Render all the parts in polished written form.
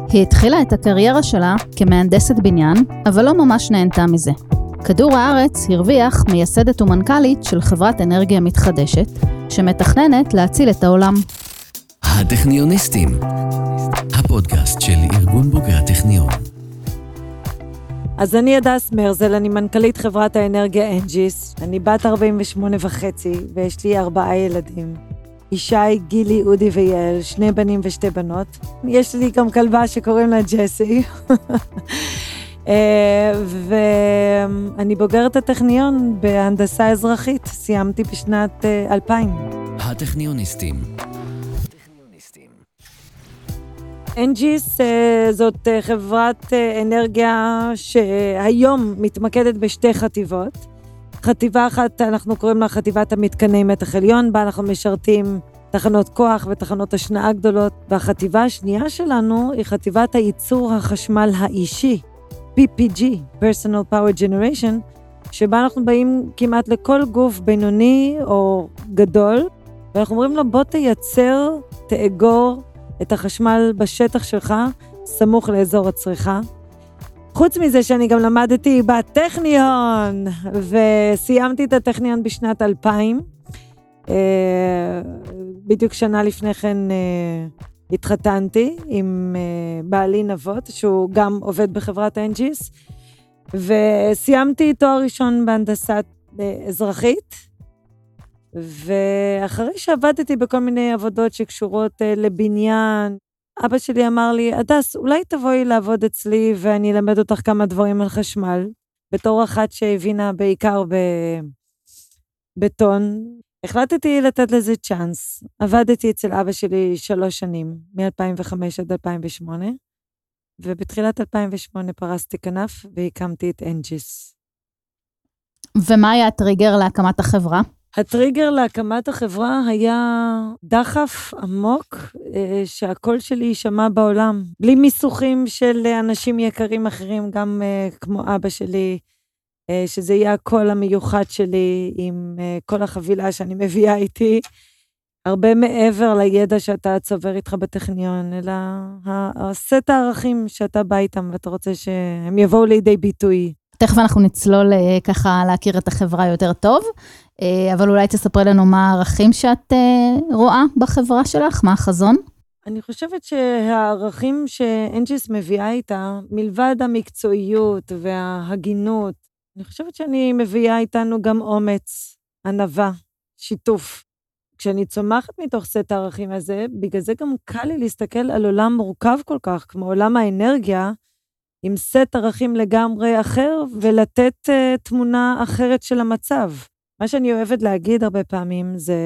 היא התחילה את הקריירה שלה כמהנדסת בניין, אבל לא ממש נהנתה מזה. כדור הארץ הרוויח מייסדת ומנכ"לית של חברת אנרגיה מתחדשת, שמתכננת להציל את העולם. הטכניוניסטים, הפודקאסט של ארגון בוגרי הטכניון. אז אני הדס מרזל, אני מנכ"לית חברת האנרגיה אנג'יס, אני בת 48 וחצי, ויש לי 4 ילדים. ישי, גילי, אודי ויעל, 2 בנים ו2 בנות. יש לי גם כלבה שקוראים לה ג'סי. ואני בוגרת הטכניון בהנדסה אזרחית, סיימתי בשנת 2000. הטכניוניסטים. אנג'יס זאת חברת אנרגיה שהיום מתמקדת בשתי חטיבות. חטיבה אחת אנחנו קוראים לה חטיבת המתקני מתח עליון, בה אנחנו משרתים תחנות כוח ותחנות השנעה גדולות. והחטיבה השנייה שלנו היא חטיבת הייצור החשמל האישי, PPG, Personal Power Generation, שבה אנחנו באים כמעט לכל גוף בינוני או גדול, ואנחנו אומרים לו בוא תייצר, תאגור את החשמל בשטח שלך, סמוך לאזור הצריכה. חוץ מזה שאני גם למדתי בטכניון, וסיימתי את הטכניון בשנת 2000. בדיוק שנה לפני כן התחתנתי עם בעלי נבות, שהוא גם עובד בחברת אנג'יס, וסיימתי תואר ראשון בהנדסת אזרחית, ואחרי שעבדתי בכל מיני עבודות שקשורות לבניין, אבא שלי אמר לי, הדס, אולי תבואי לעבוד אצלי ואני אלמד אותך כמה דברים על חשמל, בתור אחת שהבינה בעיקר בבטון. החלטתי לתת לזה צ'אנס. עבדתי אצל אבא שלי 3 שנים, מ-2005 עד 2008, ובתחילת 2008 פרסתי כנף והקמתי את אנג'יס. ומה היה הטריגר להקמת החברה? הטריגר להקמת החברה היה דחף עמוק שהקול שלי יישמע בעולם. בלי מיסוכים של אנשים יקרים אחרים, גם כמו אבא שלי, שזה יהיה הקול המיוחד שלי עם כל החבילה שאני מביאה איתי, הרבה מעבר לידע שאתה צובר איתך בטכניון, אלא הסט הערכים שאתה בא איתם ואתה רוצה שהם יבואו לידי ביטוי. תכף אנחנו נצלול ככה להכיר את החברה יותר טוב, אבל אולי תספרי לנו מה הערכים שאת רואה בחברה שלך, מה החזון? אני חושבת שהערכים שאנג'יס מביאה איתה, מלבד המקצועיות וההגינות, אני חושבת שאני מביאה איתנו גם אומץ, ענווה, שיתוף. כשאני צומחת מתוך סט הערכים הזה, בגלל זה גם קל לי להסתכל על עולם מורכב כל כך, כמו עולם האנרגיה, עם סט ערכים לגמרי אחר, ולתת תמונה אחרת של המצב. מה שאני אוהבת להגיד הרבה פעמים, זה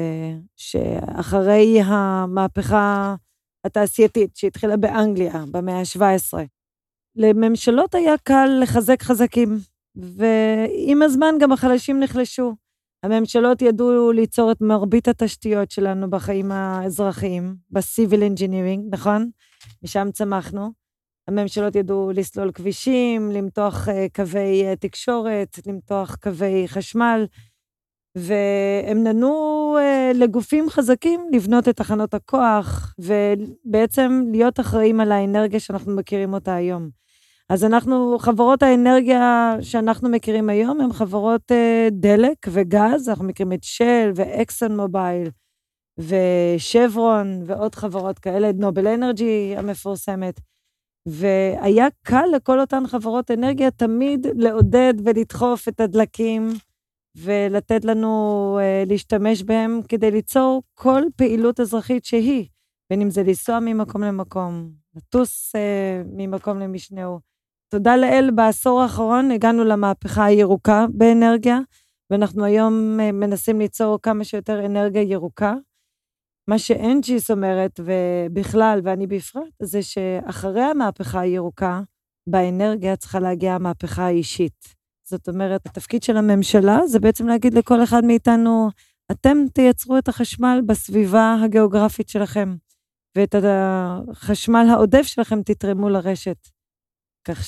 שאחרי המהפכה התעשייתית, שהתחילה באנגליה, במאה ה-17, לממשלות היה קל לחזק חזקים, ועם הזמן גם החלשים נחלשו. הממשלות ידעו ליצור את מרבית התשתיות שלנו בחיים האזרחיים, ב-Civil Engineering, נכון? משם צמחנו. הממשלות ידעו לסלול כבישים, למתוח קווי תקשורת, למתוח קווי חשמל, והם נתנו לגופים חזקים לבנות את תחנות הכוח, ובעצם להיות אחראים על האנרגיה שאנחנו מכירים אותה היום. אז חברות האנרגיה שאנחנו מכירים היום, הן חברות דלק וגז, אנחנו מכירים את של ואקסון מובייל, ושברון, ועוד חברות כאלה, נובל אנרג'י המפורסמת, והיה קל לכל אותן חברות אנרגיה תמיד לעודד ולדחוף את הדלקים, ולתת לנו להשתמש בהם כדי ליצור כל פעילות אזרחית שהיא, בין אם זה לנסוע ממקום למקום, לטוס ממקום למשנהו. תודה לאל, בעשור האחרון הגענו למהפכה הירוקה באנרגיה, ואנחנו היום מנסים ליצור כמה שיותר אנרגיה ירוקה. מה שאנג'יס אומרת, ובכלל, ואני בפרט, זה שאחרי המהפכה הירוקה, באנרגיה צריכה להגיע המהפכה האישית. זאת אומרת, התפקיד של הממשלה, זה בעצם להגיד לכל אחד מאיתנו, אתם תייצרו את החשמל בסביבה הגיאוגרפית שלכם, ואת החשמל העודף שלכם תתרמו לרשת. כך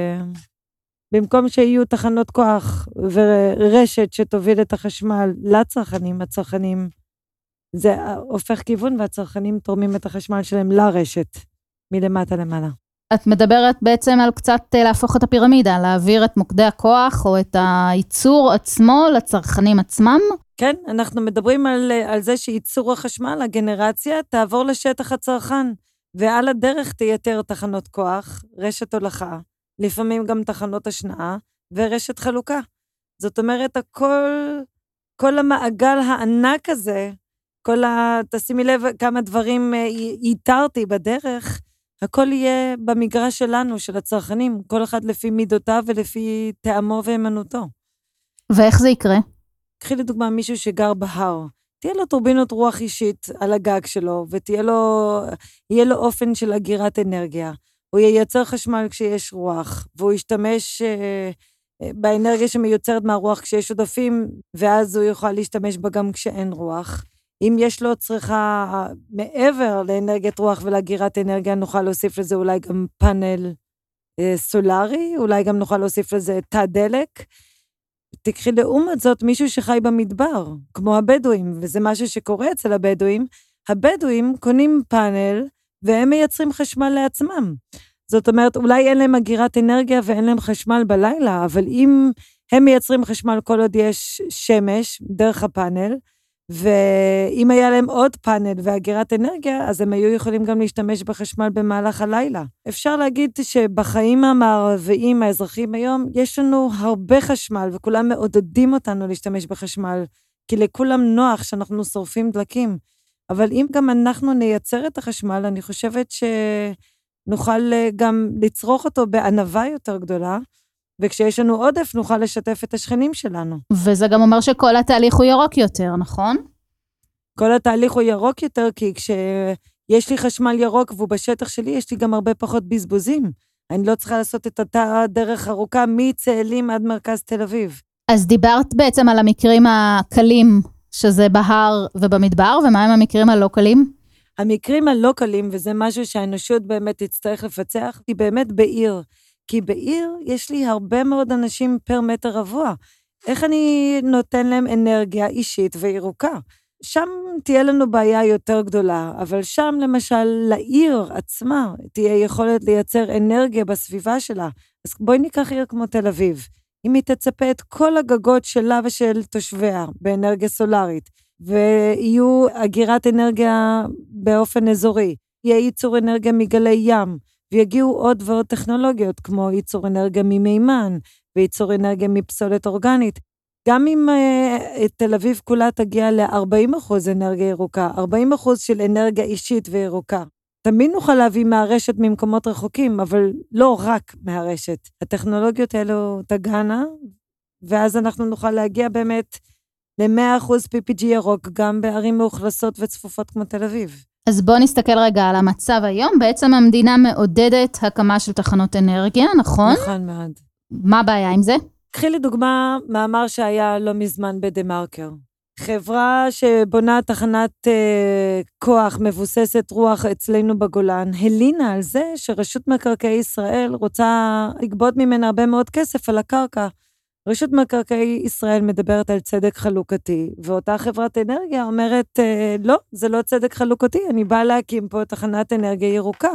שבמקום שיהיו תחנות כוח ורשת שתוביל את החשמל לצרכנים, הצרכנים, זה הופך כיוון והצרכנים תורמים את החשמל שלהם לרשת, מלמטה למעלה. את מדברת בעצם על קצת להפוך את הפירמידה, להעביר את מוקדי הכוח או את הייצור עצמו לצרכנים עצמם? כן, אנחנו מדברים על זה שייצור החשמל, הגנרציה, תעבור לשטח הצרכן, ועל הדרך תייתר תחנות כוח, רשת הולכה, לפעמים גם תחנות השנאה, ורשת חלוקה. זאת אומרת, כל המעגל הענק הזה, תשימי לב כמה דברים ייתרתי בדרך, הכל יהיה במגרש שלנו, של הצרכנים, כל אחד לפי מידותיו ולפי טעמו ואמנותו. ואיך זה יקרה? קחי לדוגמה מישהו שגר בהר, תהיה לו טורבינות רוח אישית על הגג שלו, ויהיה לו אופן של אגירת אנרגיה. הוא ייצר חשמל כשיש רוח, והוא ישתמש באנרגיה שמיוצרת מהרוח כשיש עודפים, ואז הוא יוכל להשתמש בה גם כשאין רוח. אם יש לו צריכה מעבר לאנרגיית רוח ולאגירת אנרגיה, נוכל להוסיף לזה אולי גם פאנל סולרי, אולי גם נוכל להוסיף לזה תא דלק. תקחי לעומת זאת מישהו שחי במדבר, כמו הבדואים, וזה משהו שקורה אצל הבדואים. הבדואים קונים פאנל, והם מייצרים חשמל לעצמם. זאת אומרת, אולי אין להם אגירת אנרגיה ואין להם חשמל בלילה, אבל אם הם מייצרים חשמל כל עוד יש שמש דרך הפאנל, ואם היה להם עוד פאנל ואגירת אנרגיה, אז הם היו יכולים גם להשתמש בחשמל במהלך הלילה. אפשר להגיד שבחיים המערביים, האזרחיים היום, יש לנו הרבה חשמל, וכולם מעודדים אותנו להשתמש בחשמל, כי לכולם נוח שאנחנו שורפים דלקים. אבל אם גם אנחנו נייצר את החשמל, אני חושבת שנוכל גם לצרוך אותו בענווה יותר גדולה, וכשיש לנו עודף, נוכל לשתף את השכנים שלנו. וזה גם אומר שכל התהליך הוא ירוק יותר, נכון? כל התהליך הוא ירוק יותר, כי כשיש לי חשמל ירוק, והוא בשטח שלי, יש לי גם הרבה פחות בזבוזים. אני לא צריכה לעשות את אותה דרך ארוכה, מצאלים עד מרכז תל אביב. אז דיברת בעצם על המקרים הקלים, שזה בהר ובמדבר, ומה הם המקרים הלא קלים? המקרים הלא קלים, וזה משהו שהאנושות באמת תצטרך לפצח, היא באמת בעיר. כי בעיר יש לי הרבה מאוד אנשים פר מטר רבוע. איך אני נותן להם אנרגיה אישית וירוקה? שם תהיה לנו בעיה יותר גדולה, אבל שם למשל לעיר עצמה תהיה יכולת לייצר אנרגיה בסביבה שלה. אז בואי ניקח עיר כמו תל אביב. אם היא תצפה את כל הגגות שלה ושל תושביה באנרגיה סולרית, ויהיו אגירת אנרגיה באופן אזורי, יהיה ייצור אנרגיה מגלי ים, ויגיעו עוד ועוד טכנולוגיות, כמו ייצור אנרגיה ממימן, וייצור אנרגיה מפסולת אורגנית. גם אם תל אביב כולה תגיע ל-40% אנרגיה ירוקה, 40% של אנרגיה אישית וירוקה. תמיד נוכל להביא מהרשת ממקומות רחוקים, אבל לא רק מהרשת. הטכנולוגיות האלו תגענה, ואז אנחנו נוכל להגיע באמת ל-100% PPG ירוק, גם בערים מאוכלסות וצפופות כמו תל אביב. אז בואו נסתכל רגע על המצב היום. בעצם המדינה מעודדת הקמה של תחנות אנרגיה, נכון? נכון מאוד. מה הבעיה עם זה? קחי לדוגמה מאמר שהיה לא מזמן בדה-מרקר. חברה שבונה תחנת כוח מבוססת רוח אצלנו בגולן, הלינה על זה שרשות מקרקעי ישראל רוצה לגבות ממנה הרבה מאוד כסף על הקרקע. רשות מקרקעי ישראל מדברת על צדק חלוקתי, ואותה חברת אנרגיה אומרת, לא, זה לא צדק חלוקתי, אני באה להקים פה תחנת אנרגיה ירוקה.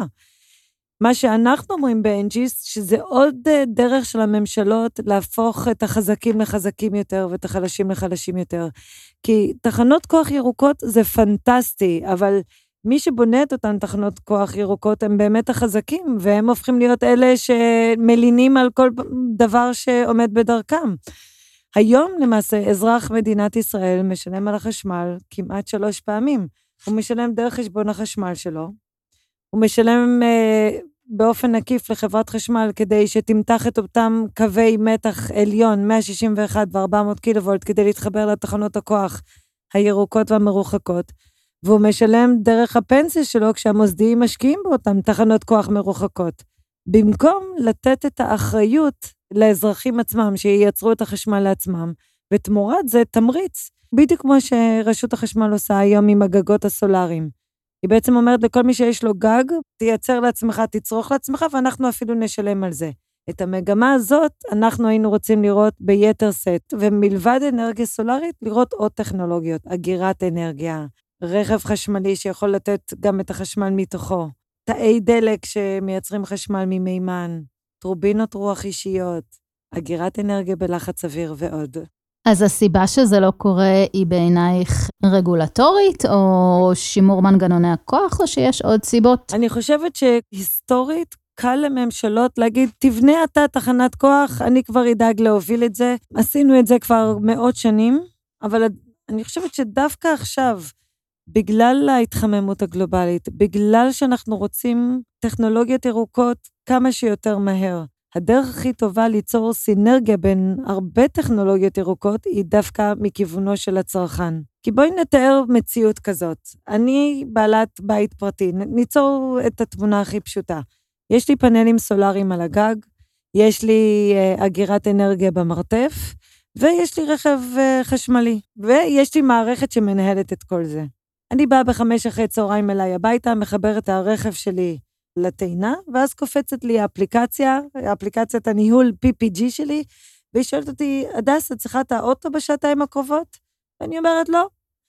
מה שאנחנו אומרים באנג'יס, שזה עוד דרך של הממשלות להפוך את החזקים לחזקים יותר, ואת החלשים לחלשים יותר. כי תחנות כוח ירוקות זה פנטסטי, אבל מי שבונה את אותן תחנות כוח ירוקות הם באמת החזקים, והם הופכים להיות אלה שמלינים על כל דבר שעומד בדרכם. היום למעשה אזרח מדינת ישראל משלם על החשמל כמעט 3 פעמים. הוא משלם דרך חשבון החשמל שלו, הוא משלם באופן עקיף לחברת חשמל כדי שתמתח את אותם קווי מתח עליון 161 ו-400 קילוולט כדי להתחבר לתחנות הכוח הירוקות והמרוחקות. והוא משלם דרך הפנסיה שלו כשהמוסדיים משקיעים באותם תחנות כוח מרוחקות. במקום לתת את האחריות לאזרחים עצמם שייצרו את החשמל לעצמם, ותמורת זה תמריץ, בדיוק כמו שרשות החשמל עושה היום עם הגגות הסולריים. היא בעצם אומרת לכל מי שיש לו גג, תייצר לעצמך, תצרוך לעצמך, ואנחנו אפילו נשלם על זה. את המגמה הזאת אנחנו היינו רוצים לראות ביתר סט, ומלבד אנרגיה סולרית, לראות עוד טכנולוגיות, אגירת אנרגיה, רכב חשמלי שיכול לתת גם את החשמל מתוכו, תאי דלק שמייצרים חשמל ממימן, טורבינות רוח אישיות, אגירת אנרגיה בלחץ אוויר ועוד. אז הסיבה שזה לא קורה היא בעינייך רגולטורית, או שימור מנגנוני הכוח, או שיש עוד סיבות? אני חושבת שהיסטורית קל לממשלות להגיד, תבנה אתה תחנת כוח, אני כבר אדאג להוביל את זה. עשינו את זה כבר מאות שנים, אבל אני חושבת שדווקא עכשיו, בגלל ההתחממות הגלובלית, בגלל שאנחנו רוצים טכנולוגיות ירוקות כמה שיותר מהר, הדרך הכי טובה ליצור סינרגיה בין הרבה טכנולוגיות ירוקות, היא דווקא מכיוונו של הצרכן. כי בואי נתאר מציאות כזאת. אני בעלת בית פרטי, ניצור את התמונה הכי פשוטה. יש לי פאנלים סולריים על הגג, יש לי אגירת אנרגיה במרתף, ויש לי רכב חשמלי, ויש לי מערכת שמנהלת את כל זה. אני באה 5:00 אליי הביתה, מחברת הרכב שלי לטעינה, ואז קופצת לי אפליקציית הניהול PPG שלי, והיא שואלת אותי, הדס, את צריכה את האוטו בשעתיים הקרובות? ואני אומרת, לא.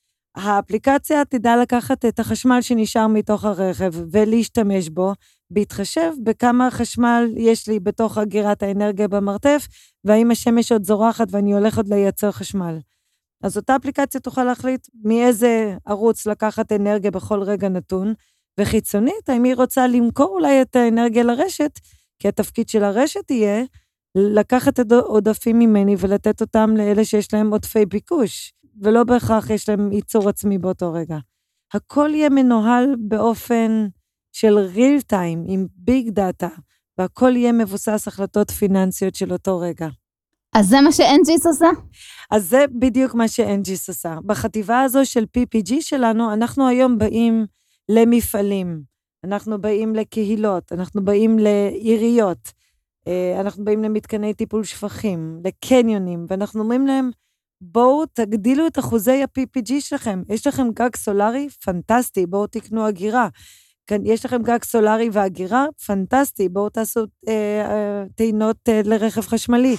האפליקציה תדע לקחת את החשמל שנשאר מתוך הרכב, ולהשתמש בו, בהתחשב בכמה חשמל יש לי בתוך אגירת האנרגיה במרתף, והאם השמש עוד זורחת ואני הולך עוד לייצר חשמל. אז אותה אפליקציה תוכל להחליט מאיזה ערוץ לקחת אנרגיה בכל רגע נתון, וחיצונית, האם היא רוצה למכור אולי את האנרגיה לרשת, כי התפקיד של הרשת יהיה לקחת את העודפים ממני ולתת אותם לאלה שיש להם עודפי ביקוש, ולא בהכרח יש להם ייצור עצמי באותו רגע. הכל יהיה מנוהל באופן של real time, עם ביג דאטה, והכל יהיה מבוסס החלטות פיננסיות של אותו רגע. אז זה מה שאנג'יס עושה? אז זה בדיוק מה שאנג'יס עושה. בחטיבה הזו של PPG שלנו, אנחנו היום באים למפעלים, אנחנו באים לקהילות, אנחנו באים לעיריות, אנחנו באים למתקני טיפול שפכים, לקניונים, ואנחנו אומרים להם, בואו תגדילו את אחוזי ה-PPG שלכם, יש לכם גג סולרי? פנטסטי, בואו תקנו אגירה, יש לכם גג סולרי ואגירה? פנטסטי, בואו תעשו טעינות לרכב חשמלי,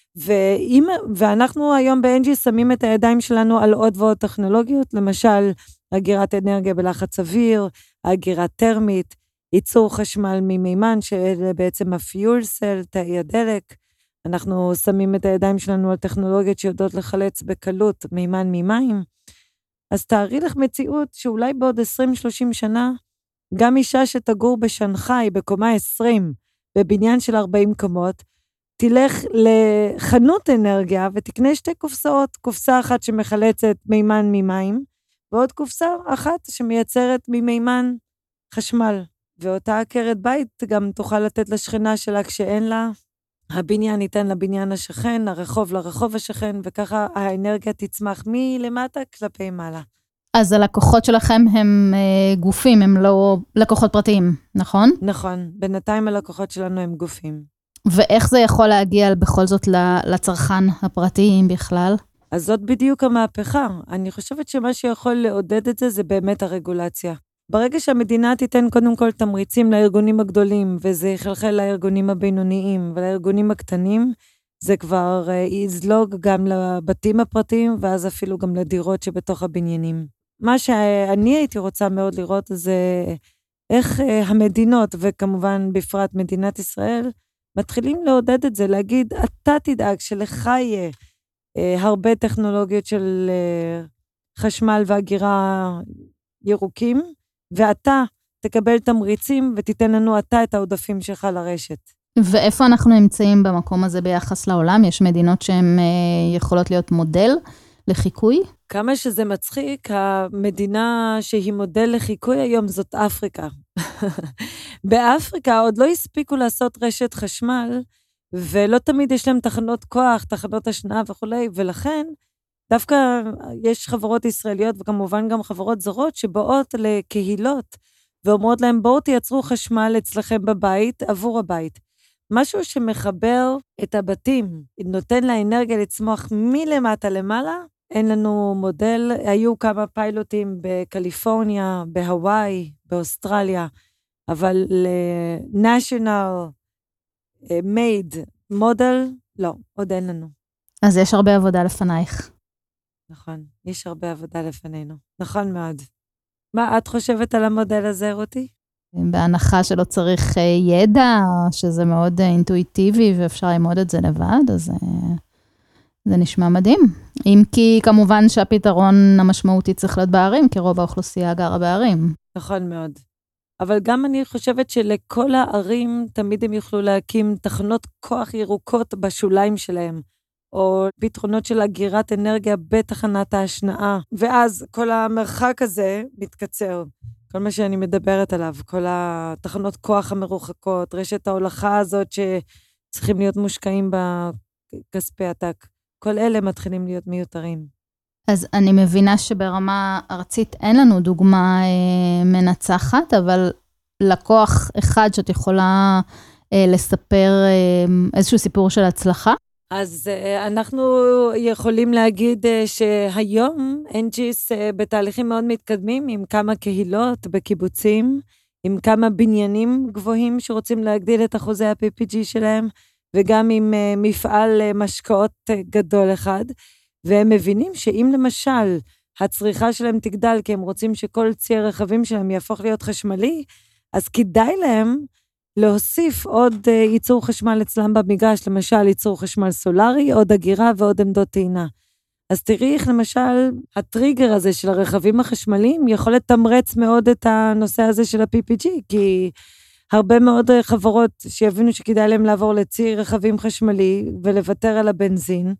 ואנחנו היום באנג'י שמים את הידיים שלנו על עוד ועוד טכנולוגיות, למשל אגירת אנרגיה בלחץ אוויר, אגירה טרמית, ייצור חשמל ממימן, שאלה בעצם הפיול סל, תאי הדלק, אנחנו שמים את הידיים שלנו על טכנולוגיות שיודעות לחלץ בקלות מימן ממים, אז תארי לך מציאות שאולי בעוד 20-30 שנה, גם אישה שתגור בשנחאי בקומה 20, בבניין של 40 קומות, תלך לחנות אנרגיה ותקנה 2 קופסאות, קופסה אחת שמחלצת מימן ממים, ועוד קופסה אחת שמייצרת ממימן חשמל. ואותה עקרת בית גם תוכל לתת לשכנה שלה כשאין לה, הבניין ייתן לבניין השכן, הרחוב לרחוב השכן, וככה האנרגיה תצמח מלמטה כלפי מעלה. אז הלקוחות שלכם הם גופים, הם לא לקוחות פרטיים, נכון? נכון, בינתיים הלקוחות שלנו הם גופים. ואיך זה יכול להגיע בכל זאת לצרכן הפרטיים בכלל? אז זאת בדיוק המהפכה. אני חושבת שמה שיכול לעודד את זה, זה באמת הרגולציה. ברגע שהמדינה תיתן קודם כל תמריצים לארגונים הגדולים, וזה יחלחל לארגונים הבינוניים ולארגונים הקטנים, זה כבר יזלוג גם לבתים הפרטיים, ואז אפילו גם לדירות שבתוך הבניינים. מה שאני הייתי רוצה מאוד לראות זה איך המדינות, וכמובן בפרט מדינת ישראל, מתחילים לעודד את זה, להגיד, אתה תדאג שלך יהיה הרבה טכנולוגיות של חשמל והגירה ירוקים, ואתה תקבל תמריצים ותיתן לנו אתה את העודפים שלך לרשת. ואיפה אנחנו נמצאים במקום הזה ביחס לעולם? יש מדינות שהן יכולות להיות מודל לחיקוי? כמה שזה מצחיק, המדינה שהיא מודל לחיקוי היום זאת אפריקה. באפריקה עוד לא הספיקו לעשות רשת חשמל, ולא תמיד יש להם תחנות כוח, תחנות השנאה וכולי, ולכן דווקא יש חברות ישראליות, וכמובן גם חברות זרות, שבאות לקהילות, ואומרות להם, בואו תייצרו חשמל אצלכם בבית, עבור הבית. משהו שמחבר את הבתים, נותן לה אנרגיה לצמוח מלמטה למעלה, אין לנו מודל, היו כמה פיילוטים בקליפורניה, בהוואי, באוסטרליה, אבל ל-national made model, לא, עוד אין לנו. אז יש הרבה עבודה לפנייך. נכון, יש הרבה עבודה לפנינו. נכון מאוד. מה את חושבת על המודל הזה, רותי? בהנחה שלא צריך ידע, שזה מאוד אינטואיטיבי ואפשר ללמוד את זה לבד, אז זה נשמע מדהים. אם כי כמובן שהפתרון המשמעותי צריך להיות בערים, כי רוב האוכלוסייה גרה בערים. נכון מאוד. אבל גם אני חושבת שלכל הערים תמיד הם יוכלו להקים תחנות כוח ירוקות בשוליים שלהם, או פתרונות של אגירת אנרגיה בתחנת ההשנאה, ואז כל המרחק הזה מתקצר. כל מה שאני מדברת עליו, כל התחנות כוח המרוחקות, רשת ההולכה הזאת שצריכים להיות מושקעים בכספי עתק, כל אלה מתחילים להיות מיותרים. אז אני מבינה שברמה ארצית אין לנו דוגמה מנצחת, אבל לקוח אחד שאת יכולה לספר איזשהו סיפור של הצלחה? אז אנחנו יכולים להגיד שהיום אנג'יס בתהליכים מאוד מתקדמים עם כמה קהילות בקיבוצים, עם כמה בניינים גבוהים שרוצים להגדיל את אחוזי ה-PPG שלהם, וגם עם מפעל משקאות גדול אחד, והם מבינים שאם למשל הצריכה שלהם תגדל, כי הם רוצים שכל צי הרכבים שלהם יהפוך להיות חשמלי, אז כדאי להם להוסיף עוד ייצור חשמל אצלם במגרש, למשל ייצור חשמל סולרי, עוד אגירה ועוד עמדות טעינה. אז תראי איך למשל הטריגר הזה של הרכבים החשמליים יכול לתמרץ מאוד את הנושא הזה של ה-PPG, כי הרבה מאוד חברות שיבינו שכדאי להם לעבור לצי רכבים חשמלי ולוותר על הבנזין,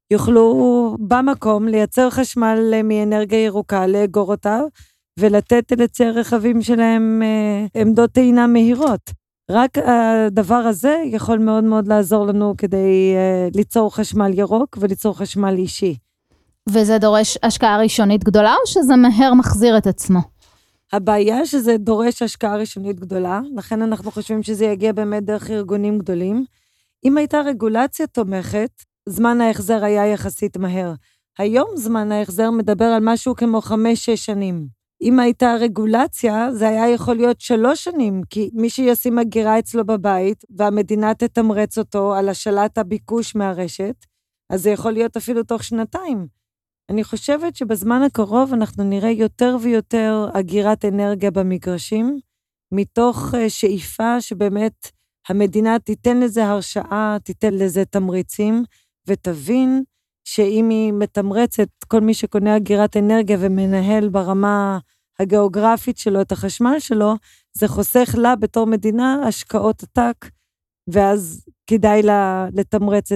יוכלו במקום לייצר חשמל מאנרגיה ירוקה, לאגור אותה, ולתת לצי הרכבים שלהם עמדות טעינה מהירות. רק הדבר הזה יכול מאוד מאוד לעזור לנו כדי ליצור חשמל ירוק וליצור חשמל אישי. וזה דורש השקעה ראשונית גדולה, או שזה מהר מחזיר את עצמו? הבעיה שזה דורש השקעה ראשונית גדולה, לכן אנחנו חושבים שזה יגיע באמת דרך ארגונים גדולים. אם הייתה רגולציה תומכת, זמן ההחזר היה יחסית מהר. היום זמן ההחזר מדבר על משהו כמו 5-6 שנים. אם הייתה רגולציה, זה היה יכול להיות 3 שנים, כי מי שישים אגירה אצלו בבית, והמדינה תתמרץ אותו על השלט הביקוש מהרשת, אז זה יכול להיות אפילו תוך 2. אני חושבת שבזמן הקרוב אנחנו נראה יותר ויותר אגירת אנרגיה במגרשים, מתוך שאיפה שבאמת המדינה תיתן לזה הרשאה, תיתן לזה תמריצים, ותבין שאם היא מתמרצת כל מי שקונה אגירת אנרגיה ומנהל ברמה הגיאוגרפית שלו את החשמל שלו, זה חוסך לה בתור מדינה השקעות עתק, ואז כדאי לה לתמרץ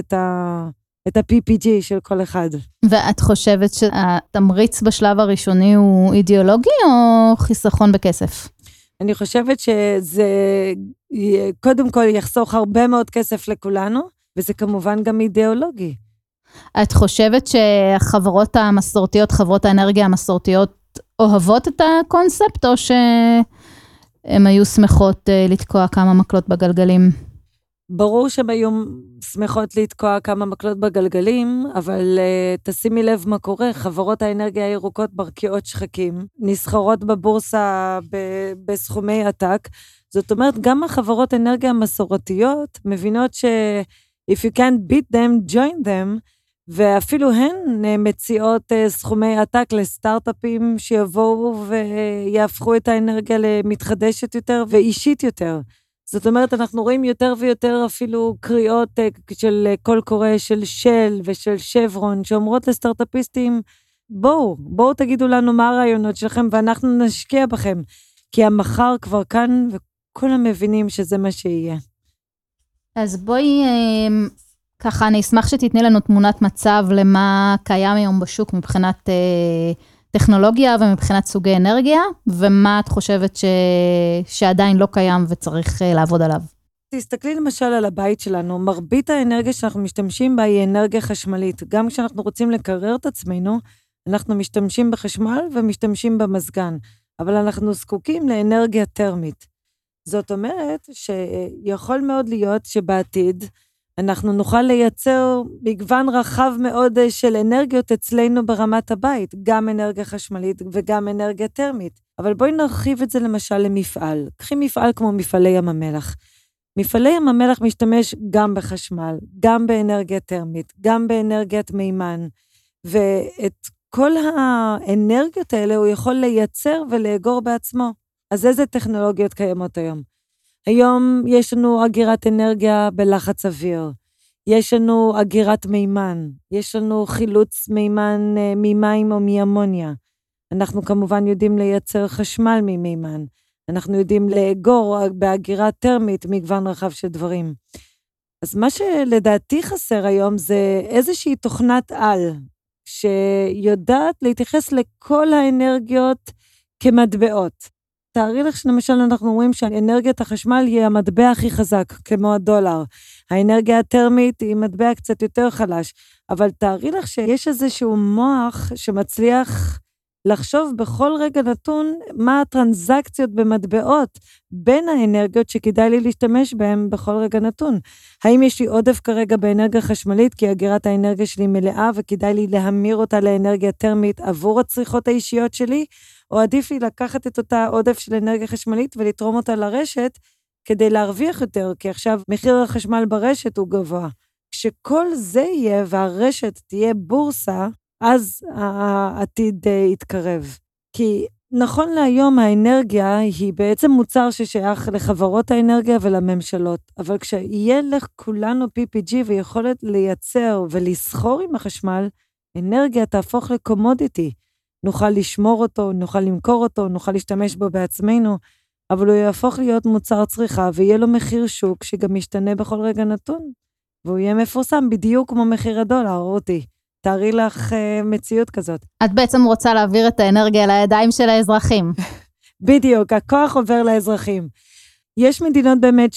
את ה-PPG של כל אחד. ואת חושבת שהתמריץ בשלב הראשוני הוא אידיאולוגי או חיסכון בכסף? אני חושבת שזה קודם כל יחסוך הרבה מאוד כסף לכולנו, וזה כמובן גם אידיאולוגי. את חושבת שהחברות המסורתיות, חברות האנרגיה המסורתיות, אוהבות את הקונספט, או שהן היו שמחות לתקוע כמה מקלות בגלגלים? ברור שהן היו שמחות לתקוע כמה מקלות בגלגלים, אבל תשימי לב מה קורה, חברות האנרגיה הירוקות ברקיעות שחקים, נסחרות בבורסה בסכומי עתק, זאת אומרת, גם החברות אנרגיה המסורתיות מבינות if you can't beat them, join them, ואפילו הן מציעות סכומי עתק לסטארט-אפים שיבואו ויהפכו את האנרגיה למתחדשת יותר ואישית יותר. זאת אומרת, אנחנו רואים יותר ויותר אפילו קריאות של קול קורא של של ושל שברון, שאומרות לסטארט-אפיסטים, בואו תגידו לנו מה הרעיונות שלכם, ואנחנו נשקיע בכם, כי המחר כבר כאן, וכולם מבינים שזה מה שיהיה. אז בואי, ככה, אני אשמח שתתני לנו תמונת מצב למה קיים היום בשוק מבחינת טכנולוגיה ומבחינת סוגי אנרגיה, ומה את חושבת שעדיין לא קיים וצריך לעבוד עליו. תסתכלי למשל על הבית שלנו, מרבית האנרגיה שאנחנו משתמשים בה היא אנרגיה חשמלית. גם כשאנחנו רוצים לקרר את עצמנו, אנחנו משתמשים בחשמל ומשתמשים במזגן, אבל אנחנו זקוקים לאנרגיה טרמית. זאת אומרת שיכול מאוד להיות שבעתיד אנחנו נוכל לייצר מגוון רחב מאוד של אנרגיות אצלנו ברמת הבית, גם אנרגיה חשמלית וגם אנרגיה טרמית. אבל בואי נרחיב את זה למשל למפעל. קחי מפעל כמו מפעלי ים המלח. מפעלי ים המלח משתמש גם בחשמל, גם באנרגיה טרמית, גם באנרגיית מימן, ואת כל האנרגיות האלה הוא יכול לייצר ולאגור בעצמו. אז איזה טכנולוגיות קיימות היום? היום יש לנו אגירת אנרגיה בלחץ אוויר, יש לנו אגירת מימן, יש לנו חילוץ מימן ממים או מאמוניה. אנחנו כמובן יודעים לייצר חשמל ממימן, אנחנו יודעים לאגור באגירה טרמית מגוון רחב של דברים. אז מה שלדעתי חסר היום זה איזושהי תוכנת על, שיודעת להתייחס לכל האנרגיות כמטבעות. תארי לך שלמשל אנחנו אומרים שאנרגיית החשמל היא המטבע הכי חזק, כמו הדולר. האנרגיה הטרמית היא מטבע קצת יותר חלש, אבל תארי לך שיש איזשהו מוח שמצליח לחשוב בכל רגע נתון מה הטרנזקציות במטבעות בין האנרגיות שכדאי לי להשתמש בהן בכל רגע נתון. האם יש לי עודף כרגע באנרגיה חשמלית כי אגירת האנרגיה שלי מלאה וכדאי לי להמיר אותה לאנרגיה טרמית עבור הצריכות האישיות שלי, או עדיף לי לקחת את אותה עודף של אנרגיה חשמלית ולתרום אותה לרשת כדי להרוויח יותר, כי עכשיו מחיר החשמל ברשת הוא גבוה. כשכל זה יהיה והרשת תהיה בורסה, אז העתיד יתקרב. כי נכון להיום האנרגיה היא בעצם מוצר ששייך לחברות האנרגיה ולממשלות, אבל כשיהיה לכולנו PPG ויכולת לייצר ולסחור עם החשמל, אנרגיה תהפוך לקומודיטי. נוכל לשמור אותו, נוכל למכור אותו, נוכל להשתמש בו בעצמנו, אבל הוא יהפוך להיות מוצר צריכה ויהיה לו מחיר שוק שגם משתנה בכל רגע נתון, והוא יהיה מפורסם בדיוק כמו מחיר הדולר, רותי. תארי לך מציאות כזאת. את בעצם רוצה להעביר את האנרגיה לידיים של האזרחים. בדיוק, הכוח עובר לאזרחים. יש מדינות באמת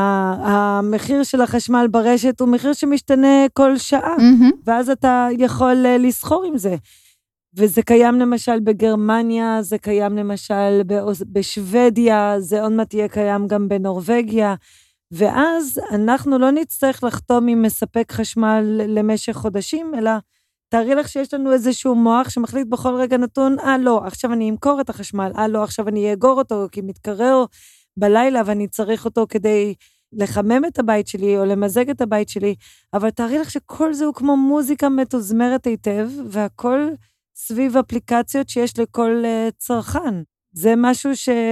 שהמחיר של החשמל ברשת הוא מחיר שמשתנה כל שעה, ואז אתה יכול לסחור עם זה. וזה קיים למשל בגרמניה, זה קיים למשל בשוודיה, זה עוד מעט יהיה קיים גם בנורווגיה, ואז אנחנו לא נצטרך לחתום עם מספק חשמל למשך חודשים, אלא תארי לך שיש לנו איזשהו מוח שמחליט בכל רגע נתון, לא, עכשיו אני אמכור את החשמל, לא, עכשיו אני אאגור אותו, כי מתקרר בלילה ואני צריך אותו כדי לחמם את הבית שלי או למזג את הבית שלי, אבל תארי לך שכל זה הוא כמו מוזיקה מתוזמרת היטב, והכל סביב אפליקציות שיש לכל צרכן. זה משהו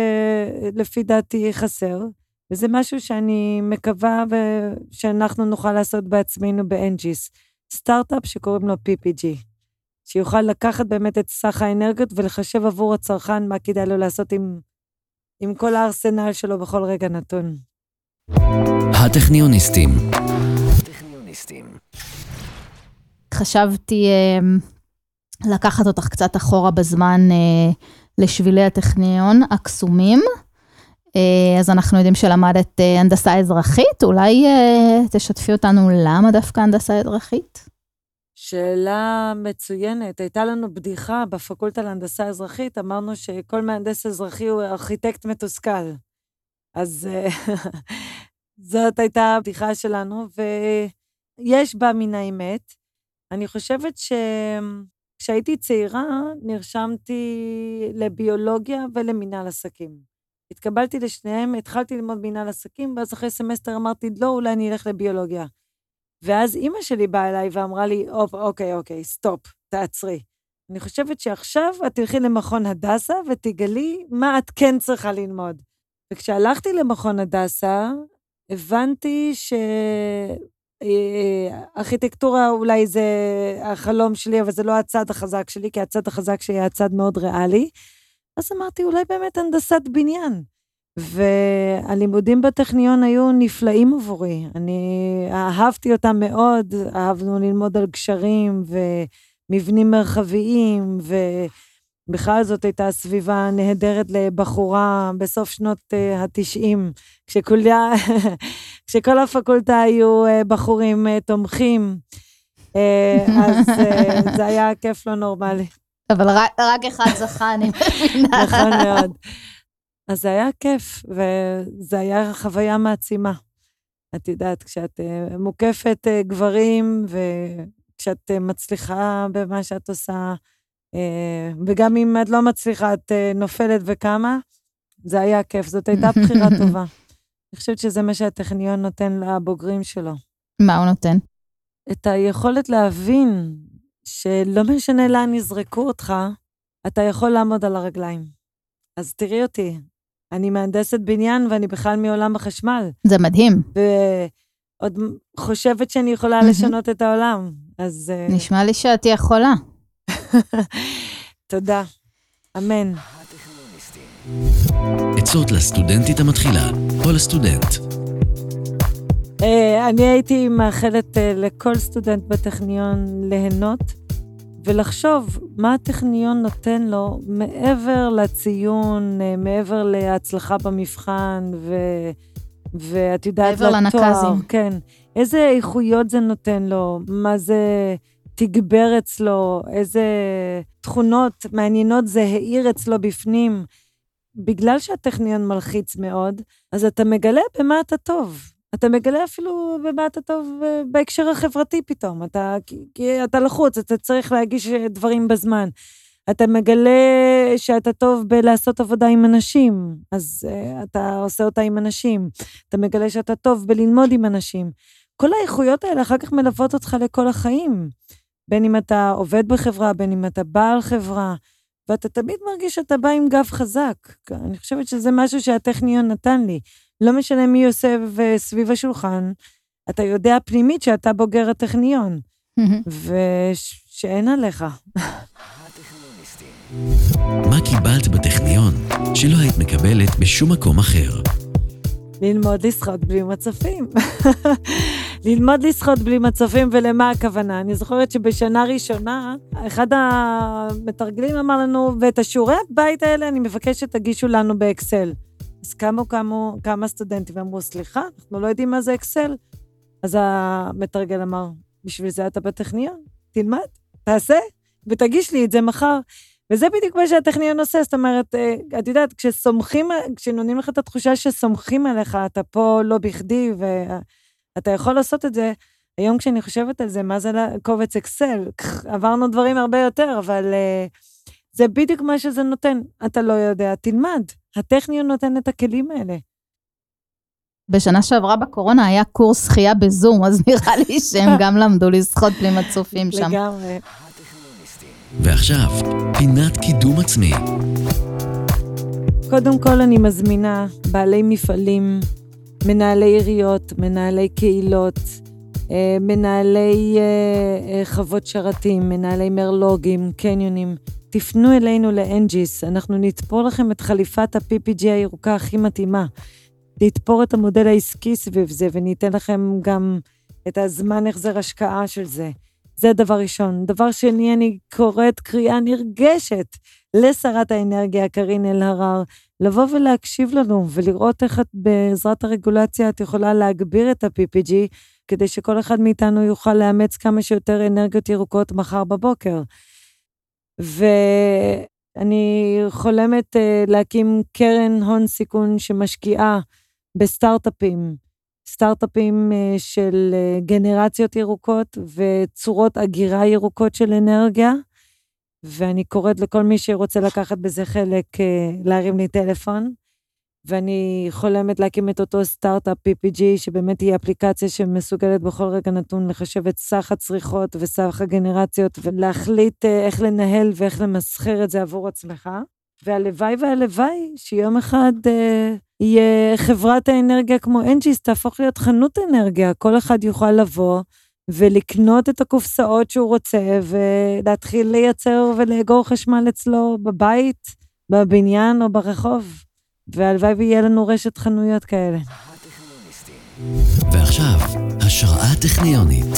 שלפי דעתי חסר, וזה משהו שאני מקווה שאנחנו נוכל לעשות בעצמנו באנג'יס. סטארט-אפ שקוראים לו PPG, שיוכל לקחת באמת את סך האנרגיות ולחשב עבור הצרכן מה כדאי לו לעשות עם כל הארסנל שלו בכל רגע נתון. הטכניוניסטים. חשבתי לקחת אותך קצת אחורה בזמן לשבילי הטכניון הקסומים, אז אנחנו יודעים שלמדת הנדסה אזרחית, אולי תשתפי אותנו למה דווקא הנדסה אזרחית? שאלה מצוינת, הייתה לנו בדיחה בפקולטה להנדסה אזרחית, אמרנו שכל מהנדס אזרחי הוא ארכיטקט מתוסכל, אז זאת הייתה הבדיחה שלנו, ויש בה מן האמת. אני חושבת כשהייתי צעירה, נרשמתי לביולוגיה ולמינהל עסקים. התקבלתי לשניהם, התחלתי ללמוד מינהל עסקים, ואז אחרי סמסטר אמרתי, לא, אולי אני אלך לביולוגיה. ואז אמא שלי באה אליי ואמרה לי, אוקיי, סטופ, תעצרי. אני חושבת שעכשיו את תלכי למכון הדסה ותגלי מה את כן צריכה ללמוד. וכשהלכתי למכון הדסה, הבנתי ארכיטקטורה אולי זה החלום שלי, אבל זה לא הצד החזק שלי, כי הצד החזק שלי היה הצד מאוד ריאלי. אז אמרתי, אולי באמת הנדסת בניין. והלימודים בטכניון היו נפלאים עבורי. אני אהבתי אותם מאוד, אהבנו ללמוד על גשרים ומבנים מרחביים, ובכלל זאת הייתה סביבה נהדרת לבחורה בסוף שנות ה-90, כשכל הפקולטה היו בחורים תומכים, אז זה היה כיף לא נורמלי. אבל רק אחד זכה, אני מבינה. נכון מאוד. אז זה היה כיף, וזה היה חוויה מעצימה. את יודעת, כשאת מוקפת גברים, וכשאת מצליחה במה שאת עושה, וגם אם את לא מצליחה, את נופלת וכמה, זה היה כיף. זאת הייתה בחירה טובה. אני חושבת שזה מה שהטכניון נותן לבוגרים שלו. מה הוא נותן? את היכולת להבין שלא משנה לאן יזרקו אותך, אתה יכול לעמוד על הרגליים. אז תראי אותי, אני מהנדסת בניין, ואני בכלל מעולם החשמל. זה מדהים. ועוד חושבת שאני יכולה לשנות את העולם. אז... נשמע לי שאת יכולה. תודה. אמן. עצות לסטודנטית המתחילה, או לסטודנט. אני הייתי מאחלת לכל סטודנט בטכניון ליהנות, ולחשוב מה הטכניון נותן לו מעבר לציון, מעבר להצלחה במבחן, ואת יודעת מעבר לנקזים. כן. איזה איכויות זה נותן לו, מה זה תגבר אצלו, איזה תכונות מעניינות זה העיר אצלו בפנים. בגלל שהטכניון מלחיץ מאוד, אז אתה מגלה במה אתה טוב. אתה מגלה אפילו במה אתה טוב בהקשר החברתי פתאום. כי אתה לחוץ, אתה צריך להגיש דברים בזמן. אתה מגלה שאתה טוב בלעשות עבודה עם אנשים, אז אתה עושה אותה עם אנשים. אתה מגלה שאתה טוב בללמוד עם אנשים. כל האיכויות האלה אחר כך מלוות אותך לכל החיים. בין אם אתה עובד בחברה, בין אם אתה בעל חברה, ואתה תמיד מרגיש שאתה בא עם גב חזק. אני חושבת שזה משהו שהטכניון נתן לי. לא משנה מי יושב סביב השולחן, אתה יודע פנימית שאתה בוגר הטכניון, ושאין עליך. מה קיבלת בטכניון שלא היית מקבלת בשום מקום אחר? ללמוד לשחות בלי מצופים. ללמוד לשחות בלי מצופים, ולמה הכוונה? אני זוכרת שבשנה ראשונה, אחד המתרגלים אמר לנו, ואת השיעורי הבית האלה אני מבקשת תגישו לנו באקסל. אז כמה סטודנטים אמרו, סליחה, אנחנו לא יודעים מה זה אקסל. אז המתרגל אמר, בשביל זה אתה בטכניון, תלמד, תעשה, ותגיש לי את זה מחר. וזה בדיוק מה שהטכניון עושה, זאת אומרת, את יודעת, כשנונים לך את התחושה שסומכים עליך, אתה פה לא בכדי, ואתה יכול לעשות את זה. היום כשאני חושבת על זה, מה זה קובץ אקסל? עברנו דברים הרבה יותר, אבל זה בדיוק מה שזה נותן. אתה לא יודע, תלמד. הטכניון נותן את הכלים האלה. בשנה שעברה בקורונה היה קורס שחייה בזום, אז נראה לי שהם גם למדו לשחות בלי מצופים שם. לגמרי. ועכשיו, פינת קידום עצמי. קודם כל אני מזמינה בעלי מפעלים, מנהלי עיריות, מנהלי קהילות, מנהלי חוות שרתים, מנהלי מרלוגים, קניונים. תפנו אלינו לאנג'יס, אנחנו נתפור לכם את חליפת ה-PPG הירוקה הכי מתאימה. נתפור את המודל העסקי סביב זה, וניתן לכם גם את הזמן החזר השקעה של זה. זה דבר ראשון. דבר שני, אני קוראת קריאה נרגשת לשרת האנרגיה, קרין אלהרר, לבוא ולהקשיב לנו, ולראות איך את בעזרת הרגולציה את יכולה להגביר את ה-PPG, כדי שכל אחד מאיתנו יוכל לאמץ כמה שיותר אנרגיות ירוקות מחר בבוקר. ואני חולמת להקים קרן הון סיכון שמשקיעה בסטארט-אפים, סטארט-אפים של גנרציות ירוקות וצורות אגירה ירוקות של אנרגיה, ואני קוראת לכל מי שרוצה לקחת בזה חלק להרים לי טלפון, ואני חולמת להקים את אותו סטארט-אפ PPG, שבאמת היא אפליקציה שמסוגלת בכל רגע נתון לחשב את סך הצריכות וסך הגנרציות, ולהחליט איך לנהל ואיך למסחר את זה עבור עצמך. והלוואי שיום אחד יהיה חברת האנרגיה כמו אנג'יס, תהפוך להיות חנות אנרגיה, כל אחד יוכל לבוא ולקנות את הקופסאות שהוא רוצה, ולהתחיל לייצר ולאגור חשמל אצלו בבית, בבניין או ברחוב. והלוואי ויהיה לנו רשת חנויות כאלה. ועכשיו, השראה טכניונית.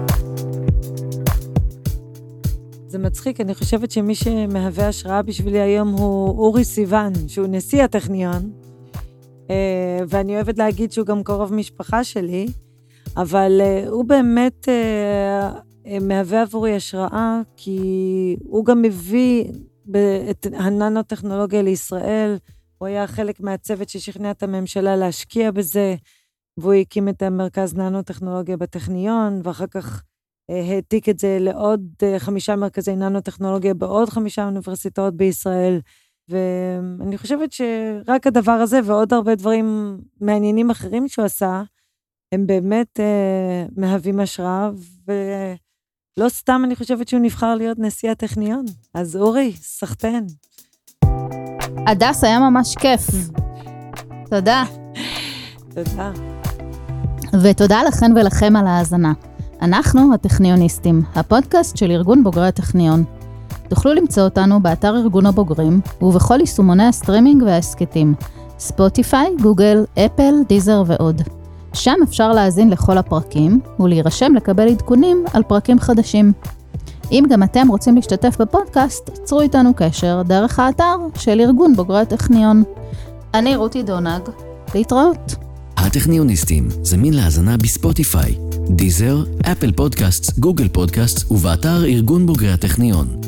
זה מצחיק, אני חושבת שמי שמהווה השראה בשבילי היום הוא אורי סיוון, שהוא נשיא הטכניון, ואני אוהבת להגיד שהוא גם קרוב משפחה שלי, אבל הוא באמת מהווה עבורי השראה, כי הוא גם מביא את הננו-טכנולוגיה לישראל, הוא היה חלק מהצוות ששכנע את הממשלה להשקיע בזה, והוא הקים את המרכז ננו-טכנולוגיה בטכניון, ואחר כך העתיק את זה לעוד 5 מרכזי ננו-טכנולוגיה בעוד 5 אוניברסיטאות בישראל, ואני חושבת שרק הדבר הזה ועוד הרבה דברים מעניינים אחרים שהוא עשה, הם באמת מהווים השראה, ולא סתם אני חושבת שהוא נבחר להיות נשיא הטכניון. אז אורי, סחטן. הדס, היה ממש כיף. תודה. תודה. ותודה לכן ולכם על ההאזנה. אנחנו הטכניוניסטים, הפודקאסט של ארגון בוגרי הטכניון. תוכלו למצוא אותנו באתר ארגון הבוגרים ובכל יישומוני הסטרימינג וההסקטים, ספוטיפיי, גוגל, אפל, דיזר ועוד. שם אפשר להאזין לכל הפרקים ולהירשם לקבל עדכונים על פרקים חדשים. אם גם אתם רוצים להשתתף בפודקאסט, צרו איתנו קשר דרך האתר של ארגון בוגרי הטכניון. אני רותי דונג, להתראות. הטכניוניסטים זמין להאזנה בספוטיפיי, דיזר, אפל פודקאסט, גוגל פודקאסט ובאתר ארגון בוגרי הטכניון.